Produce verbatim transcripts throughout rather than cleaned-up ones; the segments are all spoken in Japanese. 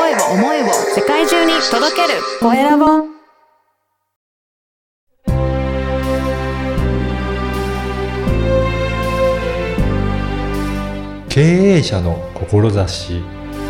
声を思いを世界中に届けるコエラボ。 経営者の志。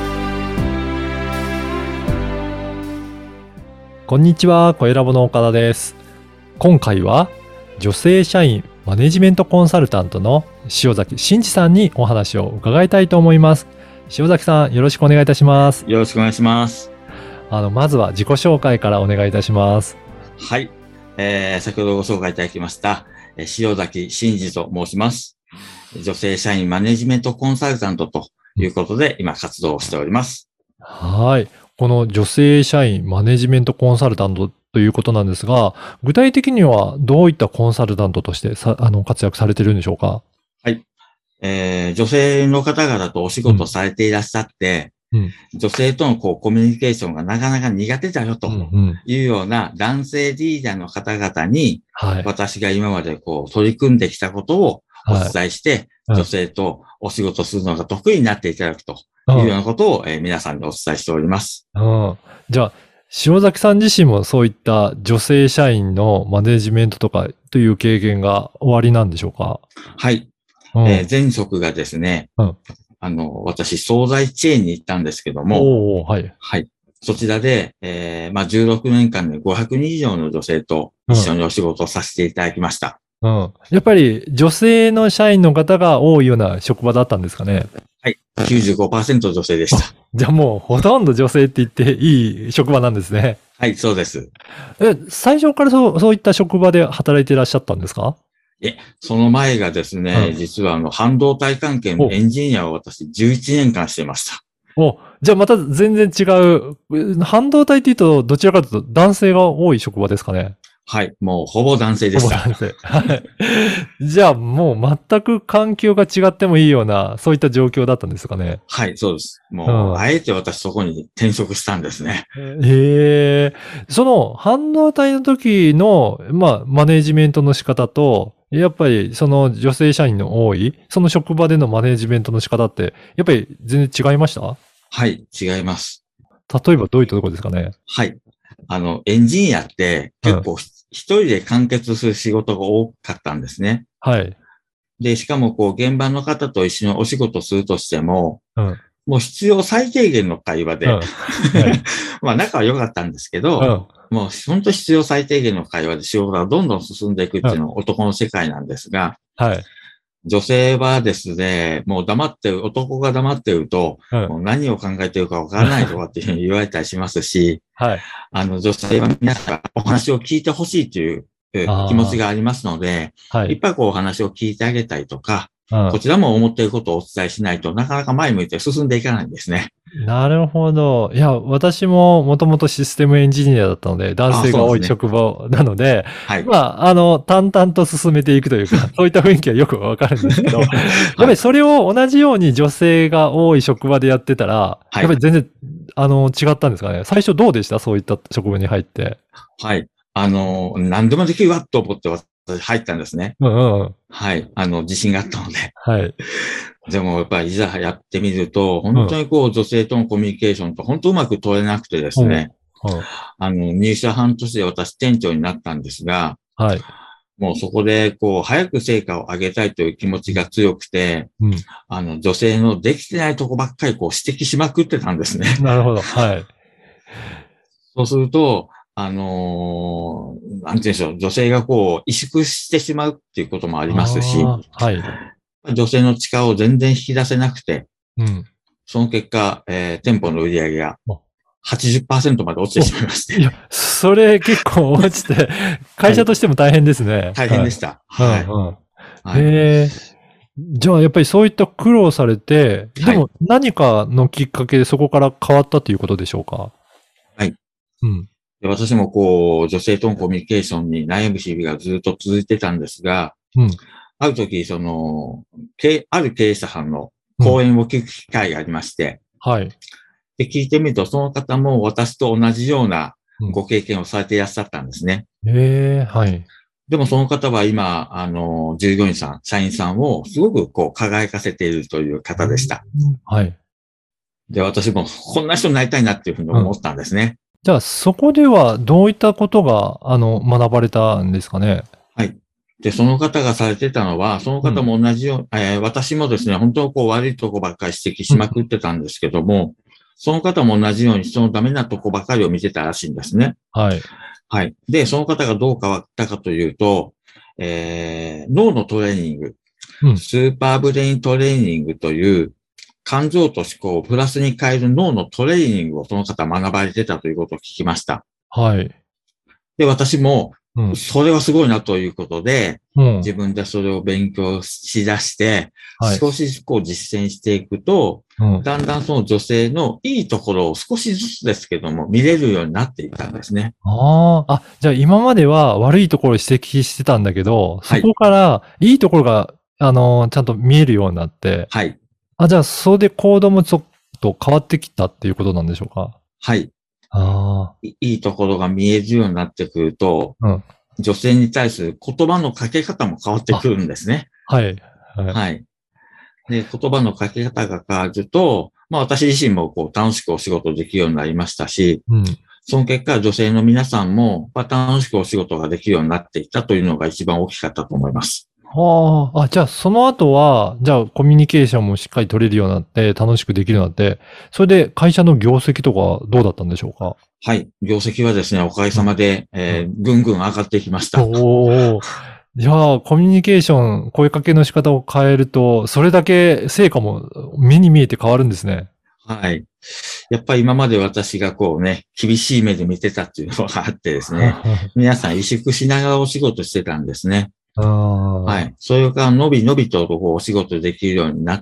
こんにちは、コエラボの岡田です。今回は女性社員マネジメントコンサルタントの塩崎真嗣さんにお話を伺いたいと思います。塩崎さん、よろしくお願いいたします。 よろしくお願いします。 あのまずは自己紹介からお願いいたします。 はい、えー、先ほどご紹介いただきました塩崎真嗣と申します。女性社員マネジメントコンサルタントということで今活動をしております。 はい。この女性社員マネジメントコンサルタントということなんですが、具体的にはどういったコンサルタントとしてさあの活躍されているんでしょうか？ はい。えー、女性の方々とお仕事されていらっしゃって、うん、女性とのこうコミュニケーションがなかなか苦手だよというような男性リーダーの方々に、はい、私が今までこう取り組んできたことをお伝えして、はい、女性とお仕事するのが得意になっていただくというようなことを、えー、皆さんにお伝えしております。 うん、じゃあ、塩崎さん自身もそういった女性社員のマネジメントとかという経験がおありなんでしょうか？ はい。うん、えー、前職がですね、うん、あの、私、惣菜チェーンに行ったんですけども、 はい。 はい。そちらで、えー、まあ、じゅうろくねんかんでごひゃくにん以上の女性と一緒にお仕事をさせていただきました。 うん。やっぱり女性の社員の方が多いような職場だったんですかね？ はい。きゅうじゅうごパーセント 女性でした。 じゃあもうほとんど女性って言っていい職場なんですね。 はい、そうです。 え、最初からそう、そういった職場で働いていらっしゃったんですか？ え、その前がですね、うん、実はあの、半導体関係のエンジニアを私じゅういちねんかんしていました。 お、じゃあまた全然違う、半導体って言うとどちらかというと男性が多い職場ですかね？ はい、もうほぼ男性でした。 ほぼ男性。はい。じゃあもう全く環境が違ってもいいような、そういった状況だったんですかね？ はい、そうです。もう、うん、あえて私そこに転職したんですね。 へえ。その半導体の時の、まあ、マネジメントの仕方と、やっぱりその女性社員の多い、その職場でのマネジメントの仕方って、やっぱり全然違いました？ はい、違います。 例えばどういったところですかね？ はい。あの、エンジニアって結構、うん、一人で完結する仕事が多かったんですね。 はい。 で、しかもこう、現場の方と一緒にお仕事するとしても、うん、もう必要最低限の会話で、うんはい、まあ仲は良かったんですけど、うん、もう本当必要最低限の会話で仕事がどんどん進んでいくっていうのは男の世界なんですが、はい。女性はですね、もう黙ってる、男が黙ってると、うん、もう何を考えてるかわからないとかっていうふうに言われたりしますし、はい。あの、女性は皆さんお話を聞いてほしいという気持ちがありますので、はい。いっぱいこうお話を聞いてあげたりとか、うん、こちらも思っていることをお伝えしないとなかなか前向いて進んでいかないんですね。 なるほど。いや、私ももともとシステムエンジニアだったので、男性が多い職場なので、でねはい、まあ、あの、淡々と進めていくというか、そういった雰囲気はよくわかるんですけど、はい、やっぱりそれを同じように女性が多い職場でやってたら、はい、やっぱり全然、あの、違ったんですかね。最初どうでした？そういった職場に入って。 はい。あの、何でもできるわと思って私入ったんですね。うんうん、はい。あの、自信があったので。はい。でもやっぱりいざやってみると、本当にこう女性とのコミュニケーションと本当うまく取れなくてですね、うんうん、あの、入社半年で私店長になったんですが、はい。もうそこでこう早く成果を上げたいという気持ちが強くて、うん、あの、女性のできてないとこばっかりこう指摘しまくってたんですね。 なるほど。はい。 そうすると、あのー、なんて言うんでしょう、女性がこう、萎縮してしまうっていうこともありますし、はい。女性の力を全然引き出せなくて、うん、その結果、えー、店舗の売り上げが はちじゅっパーセント まで落ちてしまいまして。 いや、それ結構落ちて、会社としても大変ですね。はい、 大変でした。はい。 はい、へー。じゃあ、やっぱりそういった苦労されて、でも何かのきっかけでそこから変わったということでしょうか？ はい。うん。で私もこう、女性とのコミュニケーションに悩む日々がずっと続いてたんですが、うん、ある時、その、ある経営者さんの講演を聞く機会がありまして、うん、はい。で、聞いてみると、その方も私と同じようなご経験をされていらっしゃったんですね。 へ、うん、えー、はい。 でもその方は今、あの、従業員さん、社員さんをすごくこう、輝かせているという方でした。 うん、はい。 で、私もこんな人になりたいなっていうふうに思ったんですね。うん、 じゃあ、そこではどういったことが、あの、学ばれたんですかね。 はい。で、その方がされてたのは、その方も同じよう、うん、えー、私もですね、本当にこう悪いとこばっかり指摘しまくってたんですけども、うん、その方も同じように人のダメなとこばかりを見てたらしいんですね。 はい。 はい。で、その方がどう変わったかというと、えー、脳のトレーニング、うん、スーパーブレイントレーニングという、感情と思考をプラスに変える脳のトレーニングをその方学ばれてたということを聞きました。 はい。 で、私も、それはすごいなということで、うん、自分でそれを勉強しだして、はい、少しずつこう実践していくと、うん、だんだんその女性のいいところを少しずつですけども見れるようになっていったんですね。 ああ、あ、じゃあ今までは悪いところを指摘してたんだけど、そこからいいところが、あの、ちゃんと見えるようになって、 はい。 あ、じゃあそれで行動もちょっと変わってきたっていうことなんでしょうか？ はい。 ああ。 いいところが見えるようになってくると、うん、女性に対する言葉のかけ方も変わってくるんですね。 はい。 はい。はい。で、言葉のかけ方が変わると、まあ私自身もこう楽しくお仕事できるようになりましたし、うん、その結果女性の皆さんも楽しくお仕事ができるようになっていったというのが一番大きかったと思います。 はあ、あ、じゃあその後は、じゃあコミュニケーションもしっかり取れるようになって、楽しくできるようになって、それで会社の業績とかどうだったんでしょうか？ はい。業績はですね、おかげさまで、うん、えー、ぐんぐん上がってきました。 おー。じゃあ、コミュニケーション、声かけの仕方を変えると、それだけ成果も目に見えて変わるんですね。 はい。やっぱり今まで私がこうね、厳しい目で見てたっていうのがあってですね、皆さん萎縮しながらお仕事してたんですね。はい。それが伸び伸びとこうお仕事できるようになって、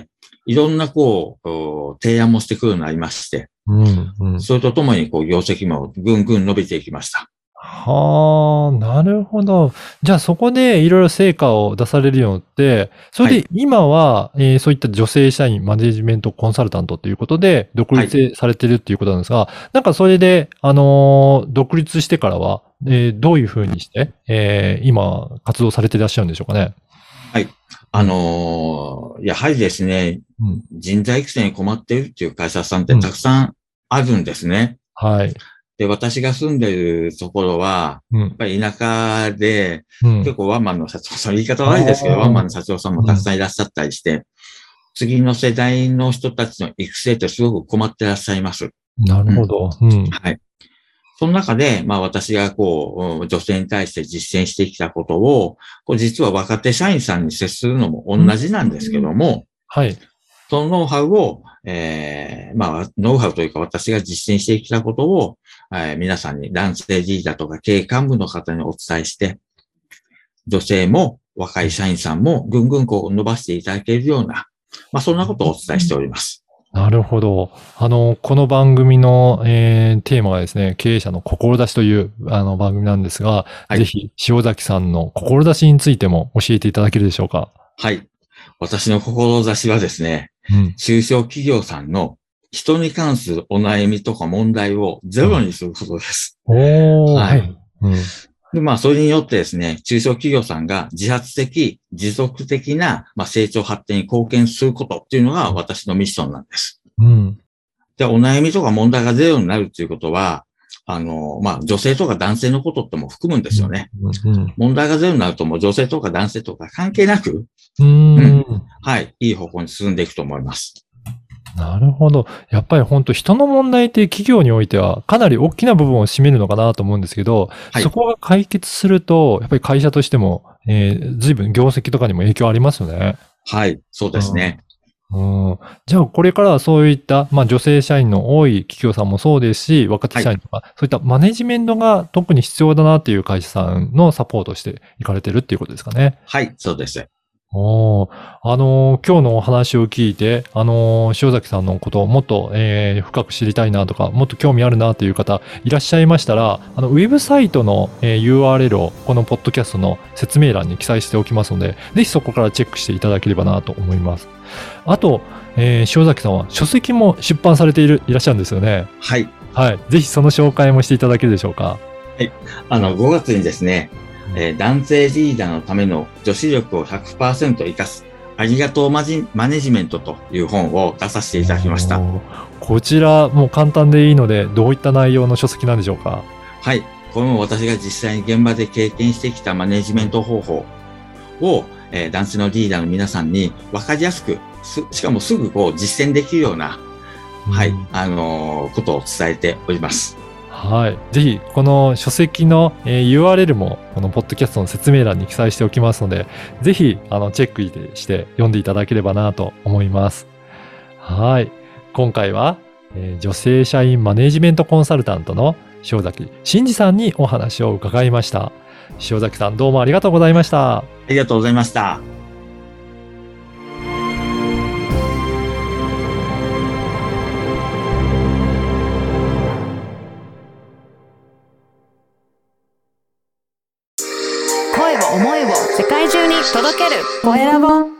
いろんなこう、提案もしてくるようになりまして、うんうん、それとともにこう業績もぐんぐん伸びていきました。 はあ、なるほど。じゃあそこでいろいろ成果を出されるようになって、それで今は、はい、えー、そういった女性社員マネジメントコンサルタントということで独立されてるっていうことなんですが、はい、なんかそれで、あのー、独立してからは、えー、どういうふうにして、えー、今活動されていらっしゃるんでしょうかね。 はい。あのー、やはりですね、うん、人材育成に困っているっていう会社さんってたくさんあるんですね。 うん、はい。 で、私が住んでるところは、うん、やっぱり田舎で、うん、結構ワンマンの社長さん、言い方悪いですけど、ワンマンの社長さんもたくさんいらっしゃったりして、うん、次の世代の人たちの育成ってすごく困ってらっしゃいます。 なるほど。うん、 はい。その中で、まあ私がこう、女性に対して実践してきたことを、こう実は若手社員さんに接するのも同じなんですけども、うん、 はい。 そのノウハウを、えー、まあ、ノウハウというか私が実践してきたことを、えー、皆さんに男性リーダーとか経営幹部の方にお伝えして、女性も若い社員さんもぐんぐんこう伸ばしていただけるような、まあそんなことをお伝えしております。 なるほど。あの、この番組の、えー、テーマがですね、経営者の志というあの番組なんですが、はい、ぜひ塩崎さんの志についても教えていただけるでしょうか。 はい。私の志はですね、うん、中小企業さんの人に関するお悩みとか問題をゼロにすることです。 うん、おー、 はい。はいうん、で、まあ、それによってですね、中小企業さんが自発的、持続的な、まあ、成長発展に貢献することっていうのが私のミッションなんです。うん。で、お悩みとか問題がゼロになるっていうことは、あの、まあ、女性とか男性のことっても含むんですよね。うんうん、問題がゼロになるともう女性とか男性とか関係なく、 うん、うん、 はい、いい方向に進んでいくと思います。 なるほど。やっぱり本当人の問題って企業においてはかなり大きな部分を占めるのかなと思うんですけど、はい、そこが解決すると、やっぱり会社としても、えー、随分業績とかにも影響ありますよね。 はい、そうですね。 うんうん、じゃあこれからはそういった、まあ、女性社員の多い企業さんもそうですし、若手社員とか、はい、そういったマネジメントが特に必要だなっていう会社さんのサポートをしていかれてるっていうことですかね。 はい、そうです。 おあのー、今日のお話を聞いて、あのー、塩崎さんのことをもっと、えー、深く知りたいなとか、もっと興味あるなという方いらっしゃいましたら、あの、ウェブサイトの、えー、ユーアールエル をこのポッドキャストの説明欄に記載しておきますので、ぜひそこからチェックしていただければなと思います。あと、えー、塩崎さんは書籍も出版されている、いらっしゃるんですよね。 はい。 はい。ぜひその紹介もしていただけるでしょうか。 はい。あの、ごがつにですね、えー、男性リーダーのための女子力を ひゃくパーセント 生かすありがとうマジマネジメントという本を出させていただきました。 こちらもう簡単でいいので、どういった内容の書籍なんでしょうか？ はい。これも私が実際に現場で経験してきたマネジメント方法を、えー、男性のリーダーの皆さんに分かりやすく、しかもすぐこう実践できるような、うん、はい、あのー、ことを伝えております。 はい。ぜひ、この書籍の、えー、ユーアールエル も、このポッドキャストの説明欄に記載しておきますので、ぜひ、あの、チェックして読んでいただければなと思います。はい。今回は、えー、女性社員マネジメントコンサルタントの塩崎真嗣さんにお話を伺いました。塩崎さん、どうもありがとうございました。 ありがとうございました。 声を思いを世界中に届けるコエラボ。